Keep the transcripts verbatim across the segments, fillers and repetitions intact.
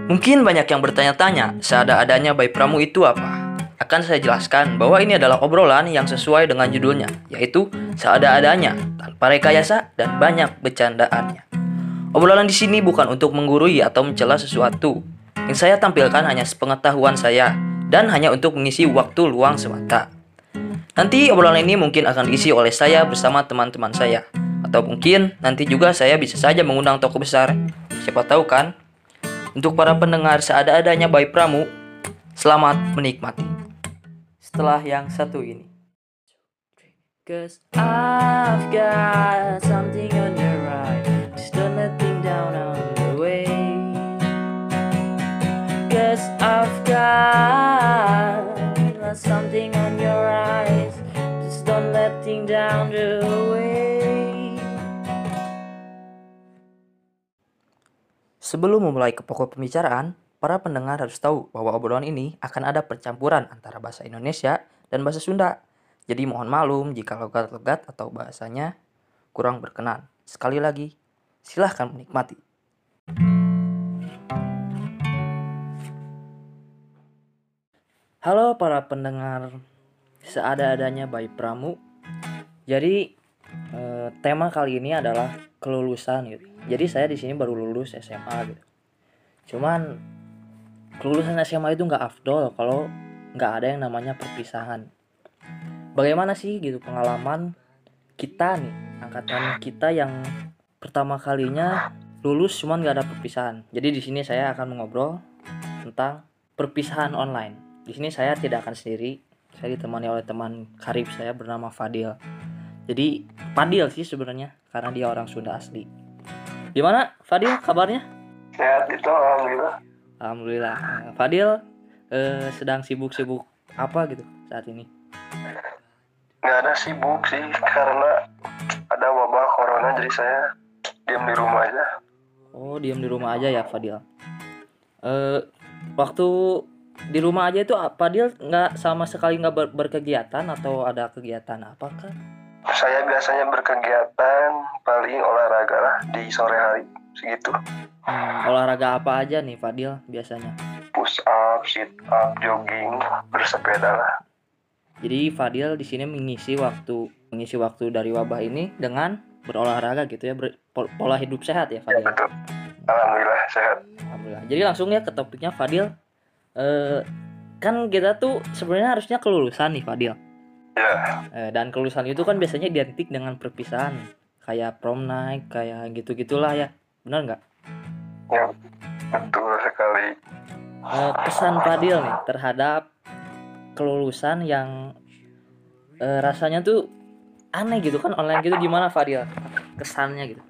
Mungkin banyak yang bertanya-tanya, seada-adanya bayi pramu itu apa? Akan saya jelaskan bahwa ini adalah obrolan yang sesuai dengan judulnya, yaitu seada-adanya, tanpa rekayasa dan banyak bercandaannya. Obrolan di sini bukan untuk menggurui atau mencela sesuatu. Yang saya tampilkan hanya sepengetahuan saya dan hanya untuk mengisi waktu luang semata. Nanti obrolan ini mungkin akan diisi oleh saya bersama teman-teman saya. Atau mungkin nanti juga saya bisa saja mengundang tokoh besar. Siapa tahu kan? Untuk para pendengar seada-adanya Bayi Pramu, selamat menikmati. Setelah yang satu ini. Cause I've got something on your right, just don't let things down on the way. Cause I've got something on your eyes, just don't let things down the way. Sebelum memulai ke pokok pembicaraan, para pendengar harus tahu bahwa obrolan ini akan ada percampuran antara bahasa Indonesia dan bahasa Sunda. Jadi mohon maklum jika logat-logat atau bahasanya kurang berkenan. Sekali lagi, silahkan menikmati. Halo para pendengar seada-adanya Bayi Pramu. Jadi eh, tema kali ini adalah kelulusan gitu. Jadi saya di sini baru lulus S M A gitu. Cuman kelulusan S M A itu nggak afdol kalau nggak ada yang namanya perpisahan. Bagaimana sih gitu pengalaman kita nih, angkatan kita yang pertama kalinya lulus cuman nggak ada perpisahan. Jadi di sini saya akan mengobrol tentang perpisahan online. Di sini saya tidak akan sendiri. Saya ditemani oleh teman karib saya bernama Fadil. Jadi Fadil sih sebenarnya karena dia orang Sunda asli. Gimana Fadil kabarnya? Sehat itu alhamdulillah. Alhamdulillah. Fadil eh, sedang sibuk-sibuk apa gitu saat ini? Nggak ada sibuk sih karena ada wabah corona jadi saya diam di rumah aja. Oh, diam di rumah aja ya Fadil. Eh, waktu di rumah aja itu Fadil nggak sama sekali nggak ber- berkegiatan atau ada kegiatan apakah? Saya biasanya berkegiatan paling olahraga lah di sore hari segitu. Hmm, olahraga apa aja nih Fadil biasanya? Push up, sit up, jogging, bersepeda lah. Jadi Fadil di sini mengisi waktu mengisi waktu dari wabah ini dengan berolahraga gitu ya, ber- pola hidup sehat ya Fadil. Ya, betul. Alhamdulillah sehat. Alhamdulillah. Jadi langsung ya ke topiknya Fadil. Eh, kan kita tuh sebenarnya harusnya kelulusan nih Fadil. Ya. Eh, dan kelulusan itu kan biasanya identik dengan perpisahan, kayak prom night, kayak gitu-gitulah ya, benar nggak? Ya, betul sekali. Eh, pesan Fadil nih terhadap kelulusan yang eh, rasanya tuh aneh gitu kan online gitu, gimana Fadil kesannya gitu?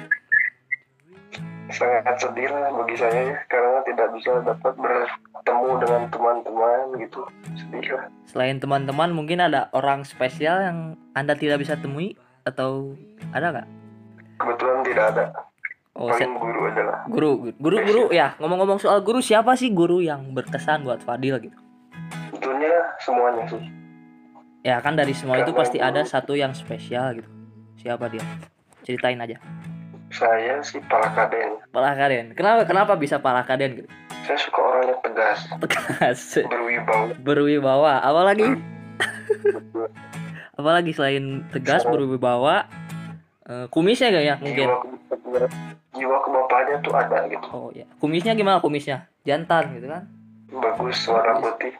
Sangat sedih lah bagi saya ya karena tidak bisa dapat bertemu dengan teman-teman gitu. Sedih lah. Selain teman-teman mungkin ada orang spesial yang Anda tidak bisa temui atau ada nggak? Kebetulan tidak ada. Oh, Paling set- guru adalah. guru, guru, guru ya. Ngomong-ngomong soal guru, siapa sih guru yang berkesan buat Fadil gitu? Sebetulnya semuanya sih. Ya kan dari semua itu Karena pasti ada guru- satu yang spesial gitu. Siapa dia? Ceritain aja. Saya sih para kaden. Palakaden. Kenapa kenapa bisa Palakaden gitu? Saya suka orang yang tegas, Tegas, berwibawa. berwibawa. Apalagi apalagi selain tegas, Sama- berwibawa, eh, kumisnya gak ya mungkin? Jiwa ke- jiwa kebapaannya tuh ada gitu. Oh ya. Kumisnya gimana kumisnya? Jantan gitu kan? Bagus, warna putih.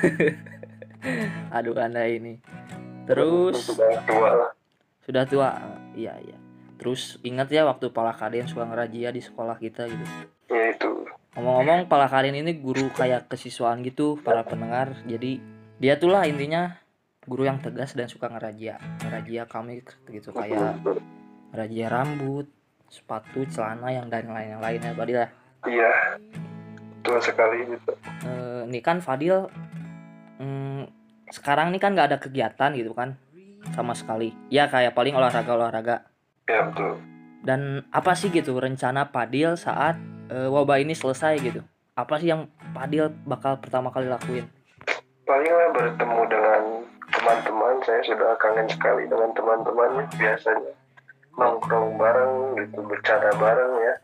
Aduh Anda ini. Terus Sudah tua lah. sudah tua. Iya iya. Terus ingat ya waktu Palakaden suka ngerazia di sekolah kita gitu. Ya itu. Ngomong-ngomong Palakaden ini guru kayak kesiswaan gitu para pendengar. Jadi dia tuh lah intinya guru yang tegas dan suka ngerazia. Ngerazia kami gitu kayak ngerazia rambut, sepatu, celana yang dan lain yang lainnya tadi lah. Iya. Tua sekali gitu. Eh, ini kan Fadil hmm, sekarang ini kan nggak ada kegiatan gitu kan sama sekali. Ya kayak paling olahraga-olahraga. Ya betul. Dan apa sih gitu rencana Fadil saat e, wabah ini selesai gitu? Apa sih yang Fadil bakal pertama kali lakuin? Paling lah bertemu dengan teman-teman. Saya sudah kangen sekali dengan teman-temannya biasanya. Nongkrong bareng gitu, bercanda bareng ya.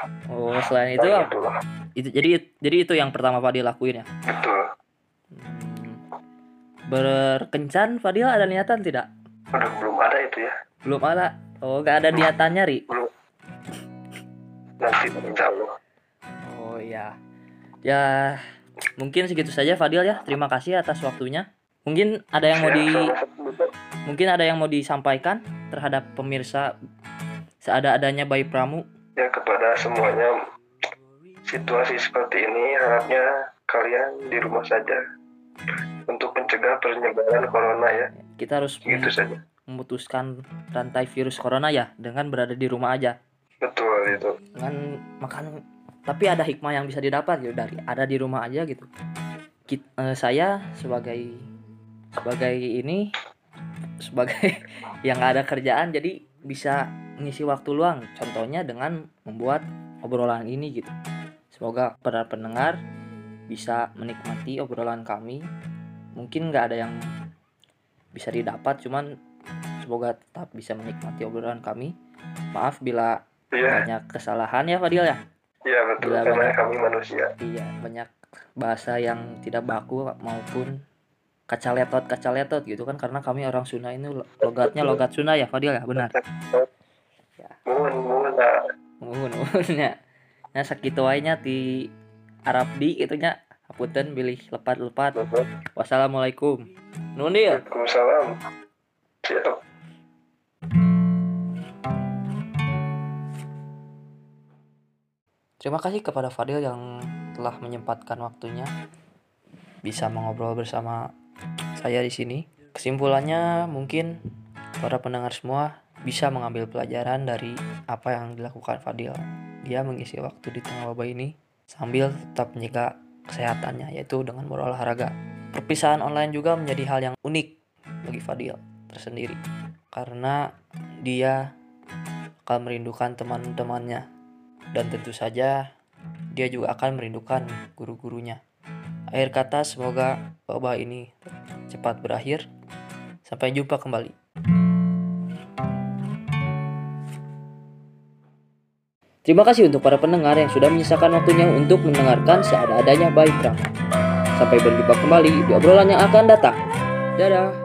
Oh, selain itu, Nah, itulah. itu jadi jadi itu yang pertama Fadil lakuin ya. Betul. Hmm. Berkencan Fadil ada niatan tidak? Udah belum ada itu ya. Belum ada. Oh, gak ada niatannya, Ri. Belum. Nanti insya Allah. Oh iya. Ya, mungkin segitu saja Fadil ya. Terima kasih atas waktunya. Mungkin ada yang mau Ya, di sama-sama. mungkin ada yang mau disampaikan terhadap pemirsa seada-adanya Bayi Pramu. Ya, kepada semuanya, situasi seperti ini harapnya kalian di rumah saja untuk mencegah penyebaran corona ya. Kita harus Gitu saja. memutuskan rantai virus corona ya dengan berada di rumah aja. Betul itu. Dengan makan, tapi ada hikmah yang bisa didapat gitu dari ada di rumah aja gitu. Kit, eh, saya sebagai sebagai ini sebagai yang nggak ada kerjaan jadi bisa ngisi waktu luang. Contohnya dengan membuat obrolan ini gitu. Semoga para pendengar bisa menikmati obrolan kami. Mungkin nggak ada yang bisa didapat, cuman semoga tetap bisa menikmati obrolan kami. Maaf bila Iya. banyak kesalahan ya Fadil ya. Iya betul, Bila karena banyak- kami manusia. Iya, banyak bahasa yang tidak baku maupun kacaletot kacaletot gitu kan, karena kami orang Sunda ini logatnya logat Sunda ya Fadil ya, benar. Mohon, mohon lah. Nuhun nuhunnya. Nah sakitu wae nya ti Arabdi gitu nya. Hapunten bilih lepat-lepat. Wassalamualaikum. Nuhun deui. Waalaikumsalam. Siap. Terima kasih kepada Fadil yang telah menyempatkan waktunya bisa mengobrol bersama saya di sini. Kesimpulannya mungkin para pendengar semua bisa mengambil pelajaran dari apa yang dilakukan Fadil. Dia mengisi waktu di tengah wabah ini sambil tetap menjaga kesehatannya, yaitu dengan berolahraga. Perpisahan online juga menjadi hal yang unik bagi Fadil tersendiri karena dia akan merindukan teman-temannya. Dan tentu saja dia juga akan merindukan guru-gurunya. Akhir kata, semoga wabah ini cepat berakhir. Sampai jumpa kembali. Terima kasih untuk para pendengar yang sudah menyisakan waktunya untuk mendengarkan seada-adanya Bayi Pramu. Sampai berjumpa kembali di obrolan yang akan datang. Dadah.